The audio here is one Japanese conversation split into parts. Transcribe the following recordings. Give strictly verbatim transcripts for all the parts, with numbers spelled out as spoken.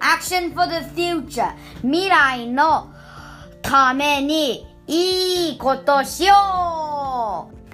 Action for the future 未来のためにいいことしよう。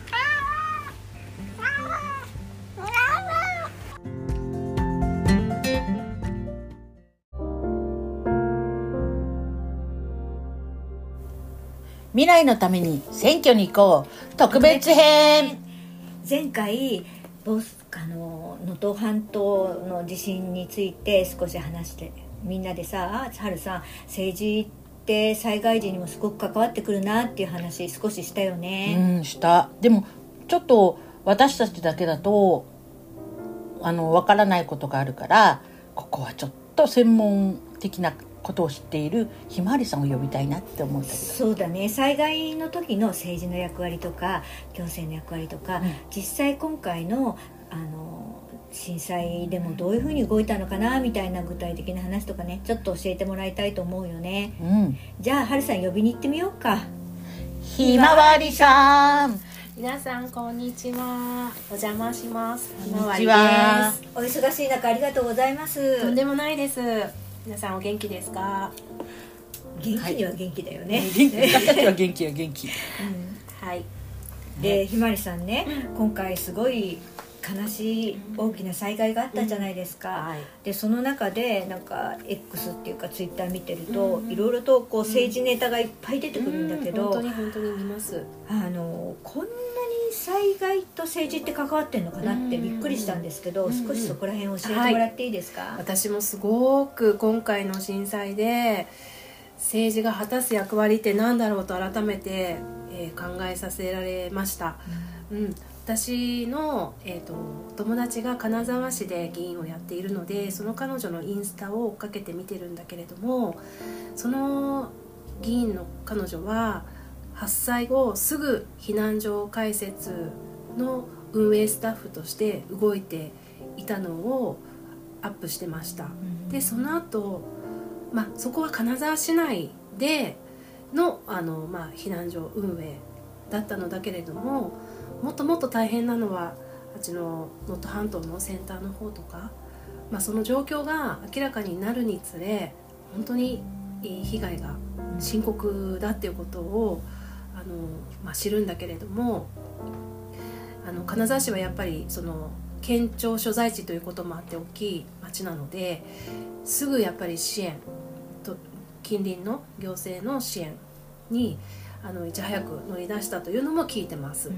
未来のために選挙に行こう特別編。 前回ボスあの能登半島の地震について少し話して、みんなでさ、はるさん政治って災害時にもすごく関わってくるなっていう話少ししたよね。 うんした。でもちょっと私たちだけだとあの分からないことがあるから、ここはちょっと専門的なことを知っているひまわりさんを呼びたいなって思うんだけど。 そうだね、災害の時の政治の役割とか行政の役割とか、うん、実際今回のあの震災でもどういうふうに動いたのかなみたいな具体的な話とかね、ちょっと教えてもらいたいと思うよね、うん、じゃあはるさん呼びに行ってみようか。 ひまわりさん、 皆さんこんにちは、お邪魔します。 こんにちは。 お忙しい中ありがとうございます。 とんでもないです。皆さんお元気ですか？ 元気には元気だよね、はい、 元気私たちは元気は元気、 うん、はい。 でひまわりさんね、今回すごい悲しい大きな災害があったじゃないですか、うんはい、でその中でなんか X っていうかツイッター見てると、いろいろとこう政治ネタがいっぱい出てくるんだけど、 うん、本当に本当に見ます。 あのこんなに災害と政治って関わってんのかなってびっくりしたんですけど、少しそこら辺教えてもらっていいですか？はい、 私もすごく今回の震災で政治が果たす役割って何だろうと改めて、えー、考えさせられました、うんうん、私の、えーと、友達が金沢市で議員をやっているので、その彼女のインスタを追っかけて見てるんだけれども、その議員の彼女は発災後すぐ避難所開設の運営スタッフとして動いていたのをアップしてました、うん、でその後、まあそこは金沢市内での、あの、まあ、避難所運営だったのだけれども、もっともっと大変なのはあっちの能登半島の先端の方とか、まあ、その状況が明らかになるにつれ本当に被害が深刻だっていうことをあの、まあ、知るんだけれども、あの金沢市はやっぱりその県庁所在地ということもあって大きい町なので、すぐやっぱり支援と近隣の行政の支援にあのいち早く乗り出したというのも聞いてます、うんうん、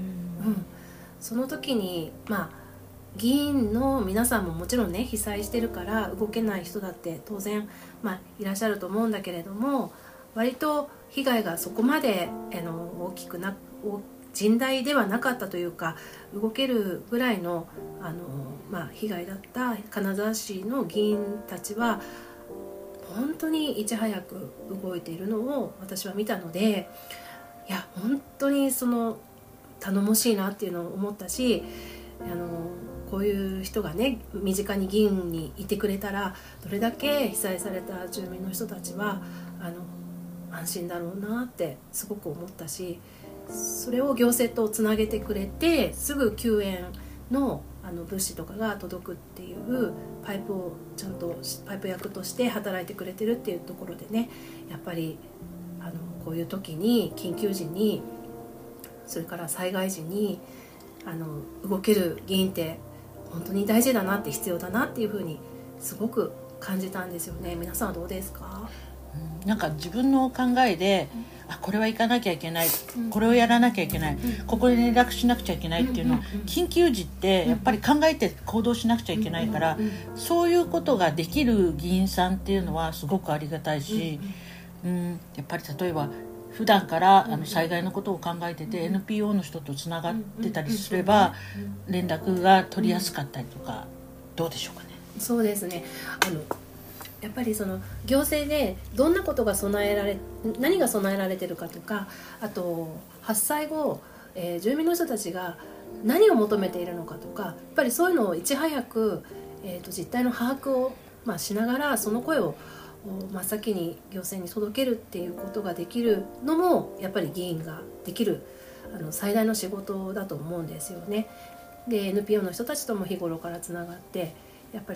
その時に、まあ、議員の皆さんももちろんね被災してるから動けない人だって当然、まあ、いらっしゃると思うんだけれども、割と被害がそこまであの大きくな甚大ではなかったというか、動けるぐらいの、あの、まあ、被害だった金沢市の議員たちは本当にいち早く動いているのを私は見たので、いや本当にその頼もしいなっていうのを思ったし、あのこういう人がね身近に議員にいてくれたらどれだけ被災された住民の人たちはあの安心だろうなってすごく思ったし、それを行政とつなげてくれてすぐ救援のあの物資とかが届くっていうパイプをちゃんとパイプ役として働いてくれてるっていうところでね、やっぱりあのこういう時に緊急時にそれから災害時にあの動ける議員って本当に大事だなって必要だなっていうふうにすごく感じたんですよね。皆さんはどうですか？ うん、なんか自分の考えで、うん、あこれは行かなきゃいけない、うん、これをやらなきゃいけない、うん、ここで連絡しなくちゃいけないっていうのは、うんうんうん、緊急時ってやっぱり考えて行動しなくちゃいけないから、うんうんうん、そういうことができる議員さんっていうのはすごくありがたいし、うんうん、やっぱり例えば普段からあの災害のことを考えてて エヌピーオー の人とつながってたりすれば連絡が取りやすかったりとか、どうでしょうかね。 そうですね、あのやっぱりその行政でどんなことが備えられ何が備えられてるかとか、あと発災後、えー、住民の人たちが何を求めているのかとか、やっぱりそういうのをいち早く、えー、と実態の把握を、まあ、しながらその声を真っ先に行政に届けるっていうことができるのもやっぱり議員ができるあの最大の仕事だと思うんですよね。で エヌピーオー の人たちとも日頃からつながってやっぱり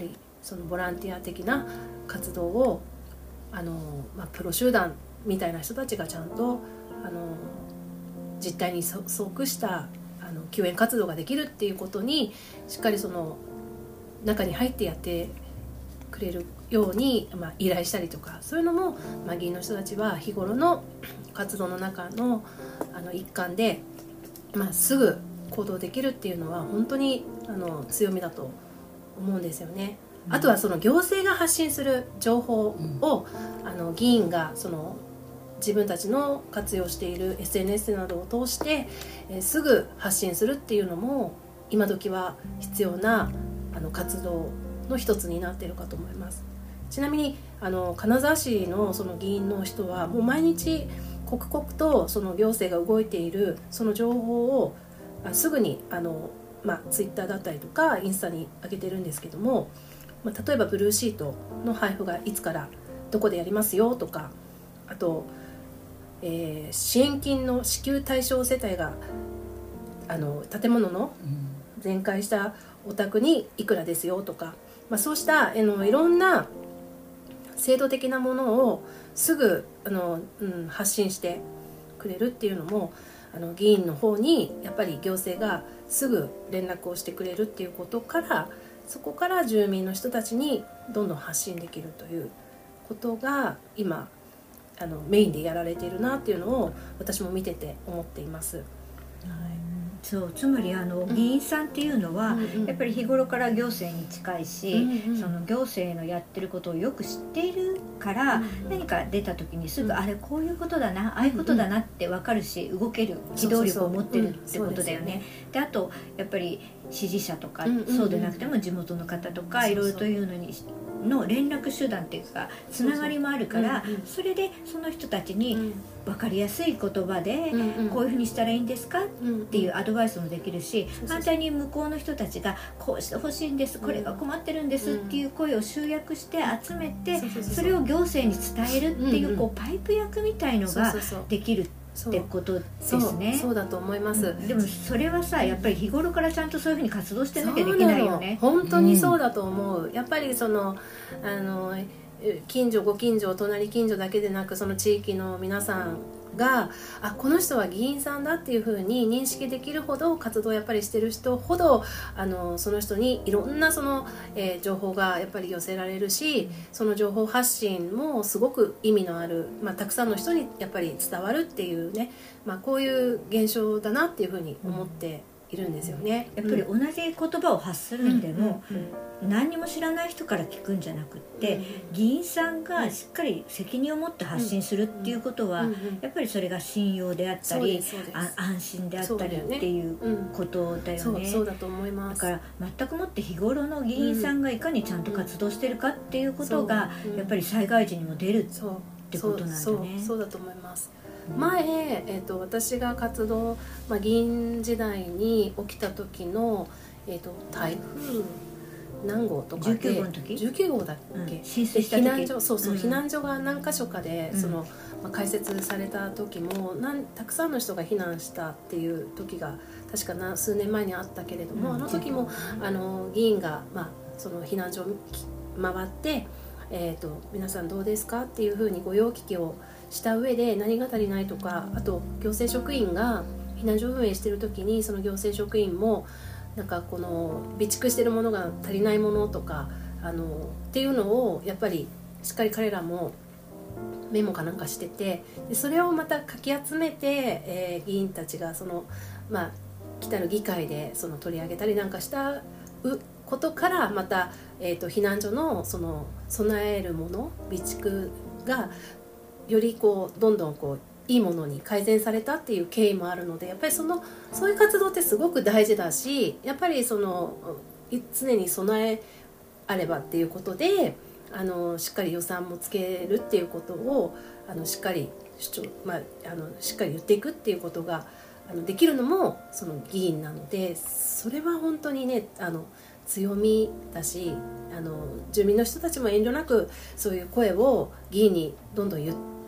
そのボランティア的な活動をあの、まあ、プロ集団みたいな人たちがちゃんとあの実態に即したあの救援活動ができるっていうことにしっかりその中に入ってやってくれるように、まあ、依頼したりとか、そういうのも、まあ、議員の人たちは日頃の活動の中の、あの一環で、まあ、すぐ行動できるっていうのは本当にあの強みだと思うんですよね。あとはその行政が発信する情報を、うん、あの議員がその自分たちの活用している エスエヌエス などを通して、えー、すぐ発信するっていうのも今時は必要なあの活動の一つになっているかと思います。ちなみにあの金沢市のその議員の人はもう毎日刻々とその行政が動いているその情報をあすぐにあの、まあ、ツイッターだったりとかインスタに上げてるんですけども、まあ、例えばブルーシートの配布がいつからどこでやりますよとか、あと、えー、支援金の支給対象世帯があの建物の全壊したお宅にいくらですよとか、まあ、そうしたあのいろんな制度的なものをすぐあの、うん、発信してくれるっていうのもあの議員の方にやっぱり行政がすぐ連絡をしてくれるっていうことから、そこから住民の人たちにどんどん発信できるということが今あのメインでやられているなっていうのを私も見てて思っています。 そうつまりあの議員さんっていうのは、うん、やっぱり日頃から行政に近いし、うんうん、その行政のやってることをよく知っているから、うんうん、何か出た時にすぐ、うん、あれこういうことだな、ああいうことだなって分かるし、動ける機動力を持ってるってことだよね。であとやっぱり支持者とか、うんうんうん、そうでなくても地元の方とか、うん、いろいろというのにの連絡手段っていうかつながりもあるから、そうそう、うんうん、それでその人たちに分かりやすい言葉で、うんうん、こういうふうにしたらいいんですかっていうアドバイスもできるし、うんうん、反対に向こうの人たちがこうしてほしいんです、これが困ってるんですっていう声を集約して集めて、それを行政に伝えるっていう、こうパイプ役みたいのができるってことですね。 そう、そうだと思います、 うん、でもそれはさやっぱり日頃からちゃんとそういうふうに活動してなきゃできないよね。 本当にそうだと思う、うん、やっぱりそのあの近所ご近所隣近所だけでなく、その地域の皆さんがあこの人は議員さんだっていう風に認識できるほど活動をやっぱりしてる人ほどあのその人にいろんなその、えー、情報がやっぱり寄せられるし、その情報発信もすごく意味のある、まあ、たくさんの人にやっぱり伝わるっていうね、まあ、こういう現象だなっていう風に思っているんですよね。 やっぱり同じ言葉を発するんでも、うんうんうん、何にも知らない人から聞くんじゃなくって、うん、議員さんがしっかり責任を持って発信するっていうことは、うんうんうん、やっぱりそれが信用であったり安心であったりっていうことだよね。 そう、そうだと思います。 だから全くもって日頃の議員さんがいかにちゃんと活動してるかっていうことが、うん、やっぱり災害時にも出るってことなんだね。 そう、そう、そうだと思います。前、えー、と私が活動、まあ、議員時代に起きた時の、えー、と台風何号とかでじゅうきゅうごの時じゅうきゅうごだっけ、うん、 浸水した時避難所、そうそう、 うん、 避難所が何か所かで、うん、そのまあ、開設された時もなんたくさんの人が避難したっていう時が確かな数年前にあったけれども、うん、あの時もあの議員が、まあ、その避難所を回って、えー、と皆さんどうですかっていうふうにご用聞きをした上で何が足りないとか、あと行政職員が避難所運営している時にその行政職員もなんかこの備蓄しているものが足りないものとかあのっていうのをやっぱりしっかり彼らもメモかなんかしてて、でそれをまたかき集めて、えー、議員たちがその、まあ、来たる議会でその取り上げたりなんかしたことからまた、えー、と避難所のその備えるもの備蓄がよりこうどんどんこういいものに改善されたっていう経緯もあるので、やっぱりそのそういう活動ってすごく大事だし、やっぱりその常に備えあればっていうことであのしっかり予算もつけるっていうことをあのしっかり主張、まあ、あのしっかり言っていくっていうことがあのできるのもその議員なので、それは本当にねあの強みだし、あの住民の人たちも遠慮なくそういう声を議員にどんどん言って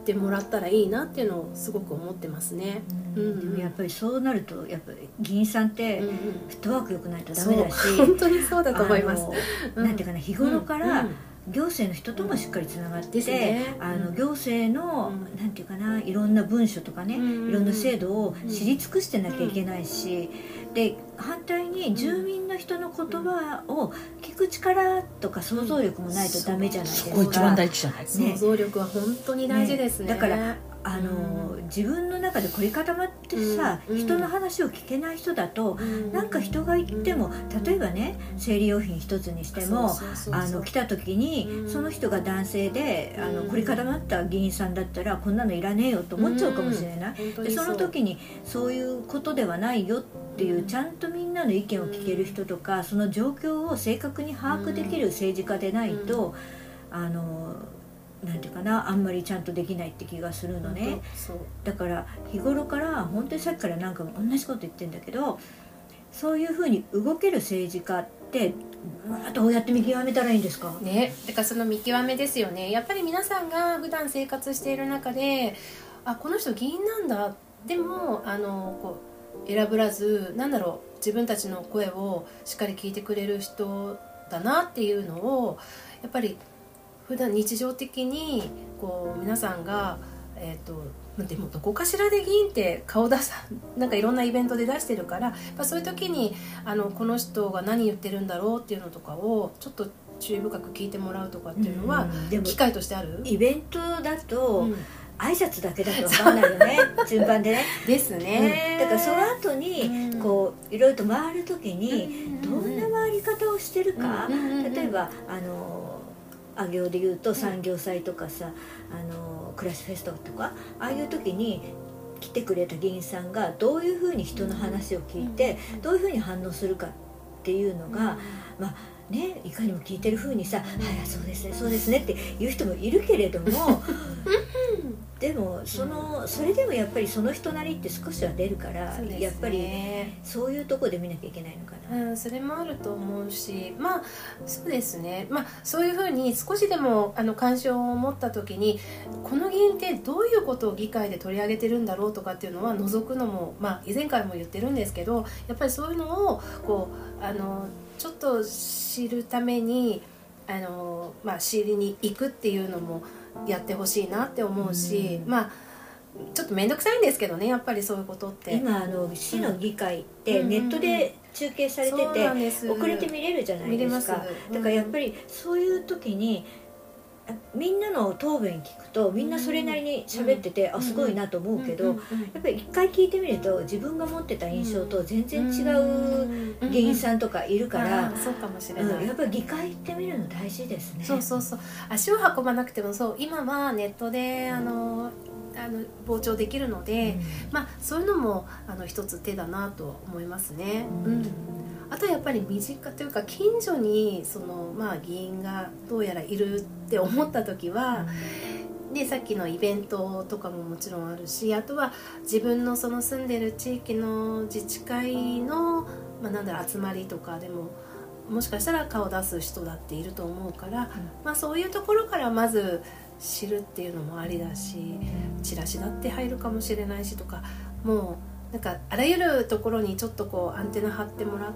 ってもらったらいいなっていうのをすごく思ってますね。 うんうんうん、 でもやっぱりそうなるとやっぱり議員さんってうんうんフットワーク良くないとダメだし、 本当にそうだと思います。 あのなんていうかな、日頃からうん行政の人ともしっかりつながって、 ですねあの行政の、 うんなんていうかないろんな文書とかね、 うんいろんな制度を知り尽くしてなきゃいけないし、で反対に住民の人の言葉を聞く力とか想像力もないとダメじゃないですか。 そこ一番大事じゃないですか。 ね想像力は本当に大事ですね。 ねだからあの、自分の中で凝り固まってさ、 うん人の話を聞けない人だと、 うんなんか人が言っても、例えばね生理用品一つにしても、 そうそうそうそうあの来た時に、 うんその人が男性であのうん凝り固まった議員さんだったら、こんなのいらねえよと思っちゃうかもしれない、 うん本当でにそうその時にそういうことではないよっていう、ちゃんとみんなの意見を聞ける人とか、その状況を正確に把握できる政治家でないと、あのなんていうかな、あんまりちゃんとできないって気がするのね。 そうだから日頃から本当にさっきから何か同じこと言ってるんだけど、そういうふうに動ける政治家ってまあどうやって見極めたらいいんですかね、だからその見極めですよね。やっぱり皆さんが普段生活している中で、あ、この人議員なんだ、でもあのこう選ぶらず、なんだろう、自分たちの声をしっかり聞いてくれる人だなっていうのを、やっぱり普段日常的にこう皆さんが、えーとでもどこかしらで議員って顔出さなんかいろんなイベントで出してるから、やっぱそういう時にあのこの人が何言ってるんだろうっていうのとかをちょっと注意深く聞いてもらうとかっていうのは、 うんでも機会としてある、 イベントだと、 うん挨拶だけだと分かんないよね順番でね、 ですね、 うんだからその後に、 うんこういろいろと回る時に、 うんどんな回り方をしてるか、 うんうんうん例えばあのあ行で言うと産業祭とかさ、あの暮らしフェストとか、ああいう時に来てくれた議員さんがどういうふうに人の話を聞いて、どういうふうに反応するかっていうのが、まあね、いかにも聞いてるふうにさ「はい、そうですねそうですね」って言う人もいるけれどもでもそのそれでもやっぱりその人なりって少しは出るから、 そうですね、 やっぱりそういうとこで見なきゃいけないのかな。 うん、それもあると思うし、まあそうですね、まあ、そういうふうに少しでもあの関心を持った時に、この議員ってどういうことを議会で取り上げてるんだろうとかっていうのは覗くのも、まあ、以前からも言ってるんですけど、やっぱりそういうのをこうあのちょっと知るためにあの、まあ、知りに行くっていうのもやってほしいなって思うし、 うんまあちょっと面倒くさいんですけどね、やっぱりそういうことって今あの市の議会ってネットで中継されてて、 そうなんです、 遅れて見れるじゃない見れますですか。だからやっぱりそういう時にあみんなの答弁聞くとみんなそれなりに喋ってて、 うんあすごいなと思うけど、 うんうんうんやっぱり一回聞いてみると自分が持ってた印象と全然違う議員さんとかいるから、 あーそうかもしれない、 うん、やっぱり議会行ってみるの大事ですね。 そうそうそう、足を運ばなくても、そう今はネットであのあの傍聴できるので、まあ、そういうのもあの一つ手だなと思いますね、 ううんんあとやっぱり身近というか近所にその、まあ、議員がどうやらいるって思った時は、でさっきのイベントとかももちろんあるし、あとは自分のその住んでる地域の自治会の、まあ、なんだろう集まりとかでももしかしたら顔出す人だっていると思うから、まあ、そういうところからまず知るっていうのもありだし、チラシだって入るかもしれないしとか、もうなんかあらゆるところにちょっとこうアンテナ張ってもらって、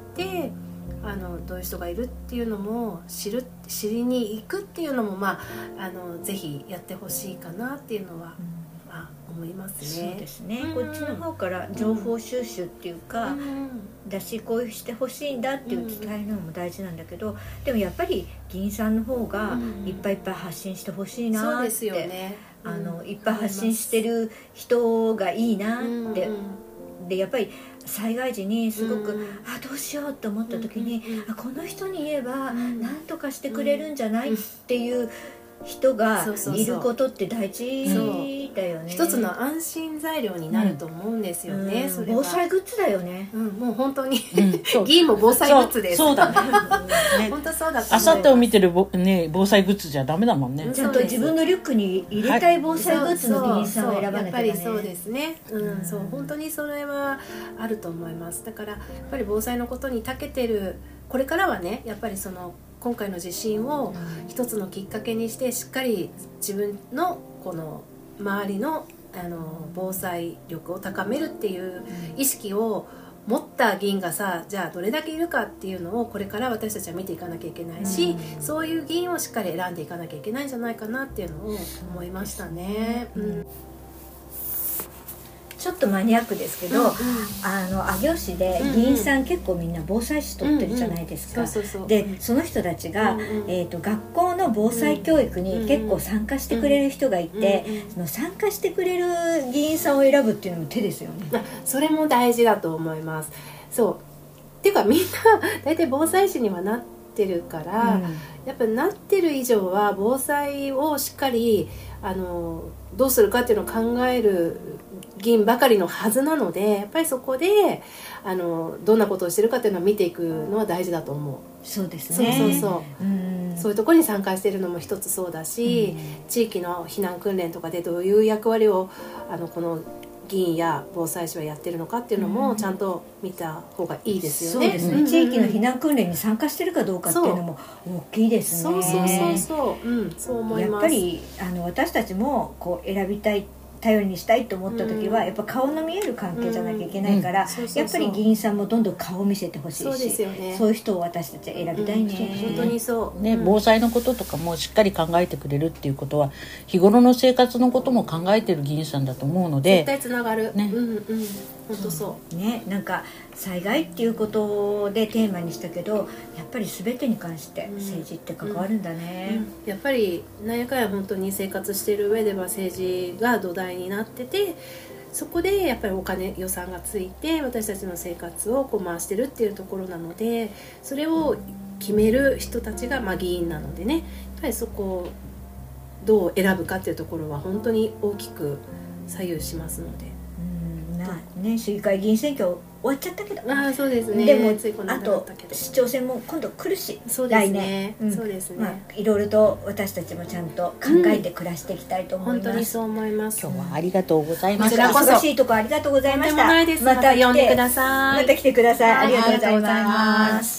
あのどういう人がいるっていうのも知る知りに行くっていうのも、まあ、あのぜひやってほしいかなっていうのは、まあ、思いますね。 そうですね、 うんこっちの方から情報収集っていうか、 うんだしこうしてほしいんだっていう伝えるのも大事なんだけど、でもやっぱり議員さんの方がいっぱいいっぱい発信してほしいなって、 そうですよね、 あのうんいっぱい発信してる人がいいなって、 うんでやっぱり災害時にすごく、 うんあどうしようと思った時に、 うんうんあこの人に言えばん何とかしてくれるんじゃないっていう人がそうそうそういることって大事だよね。 一つの安心材料になると思うんですよね、 うんそれは防災グッズだよね。 うん、もう本当に、 うんそう議員も防災グッズです。 そうそうだね本当そうだと思います。 あさってを見てるぼ、ね、防災グッズじゃダメだもんね。 うんちゃんと自分のリュックに入れたい防災グッズの議員さんを選ばなきゃやっぱりそうね。 ですね、うん、そう本当にそれはあると思います。だからやっぱり防災のことに長けてるこれからはね、やっぱりその今回の地震を一つのきっかけにしてしっかり自分のこの周りのあの防災力を高めるっていう意識を持った議員がさ、じゃあどれだけいるかっていうのをこれから私たちは見ていかなきゃいけないし、うん、そういう議員をしっかり選んでいかなきゃいけないんじゃないかなっていうのを思いましたね。うん、 ちょっとマニアックですけど、うんうん、あの上尾市で議員さん結構みんな防災士取ってるじゃないですか。でその人たちが、うんうんえー、と学校の防災教育に結構参加してくれる人がいて、うんうん、その参加してくれる議員さんを選ぶっていうのも手ですよね。 それも大事だと思います。そうっていうかみんな大体防災士にはなってるから、うん、やっぱなってる以上は防災をしっかりあのどうするかっていうのを考える議員ばかりのはずなので、やっぱりそこであのどんなことをしてるかっていうのを見ていくのは大事だと思う。 そうですね。 そうそうそう、うん、そういうところに参加しているのも一つそうだし、うん、地域の避難訓練とかでどういう役割をあのこの議員や防災士はやってるのかっていうのもちゃんと見た方がいいですよね。 そうですね、うんうんうん、地域の避難訓練に参加してるかどうかっていうのも大きいですね。 そうそうそうそう、うん、そう思います。 やっぱりあの私たちもこう選びたい、頼りにしたいと思った時は、うん、やっぱ顔の見える関係じゃなきゃいけないから、うんうん、やっぱり議員さんもどんどん顔を見せてほしいし、 そうですよね、 そういう人を私たちは選びたいね、 うん、本当にそう、 ね、防災のこととかもしっかり考えてくれるっていうことは日頃の生活のことも考えてる議員さんだと思うので絶対つながる、ね、うんうん、本当そうね。なんか災害っていうことでテーマにしたけど、やっぱり全てに関して政治って関わるんだね、 うんうん、やっぱりなんやかんや本当に生活している上では政治が土台になってて、そこでやっぱりお金予算がついて私たちの生活をこう回してるっていうところなので、それを決める人たちがまあ議員なのでね、やっぱりそこをどう選ぶかっていうところは本当に大きく左右しますので、 うんなね、市議会議員選挙終わっちゃったけど、 あそうですね、 でもあと市長選も今度来るし、 そうですね、来年、うん、そうですね、まあ、 いろいろと私たちもちゃんと考えて暮らしていきたいと思います、 うん、本当にそう思います。 今日はありがとうございました。 忙しいところありがとうございました。 また呼んでください。 また来てください。ありがとうございます。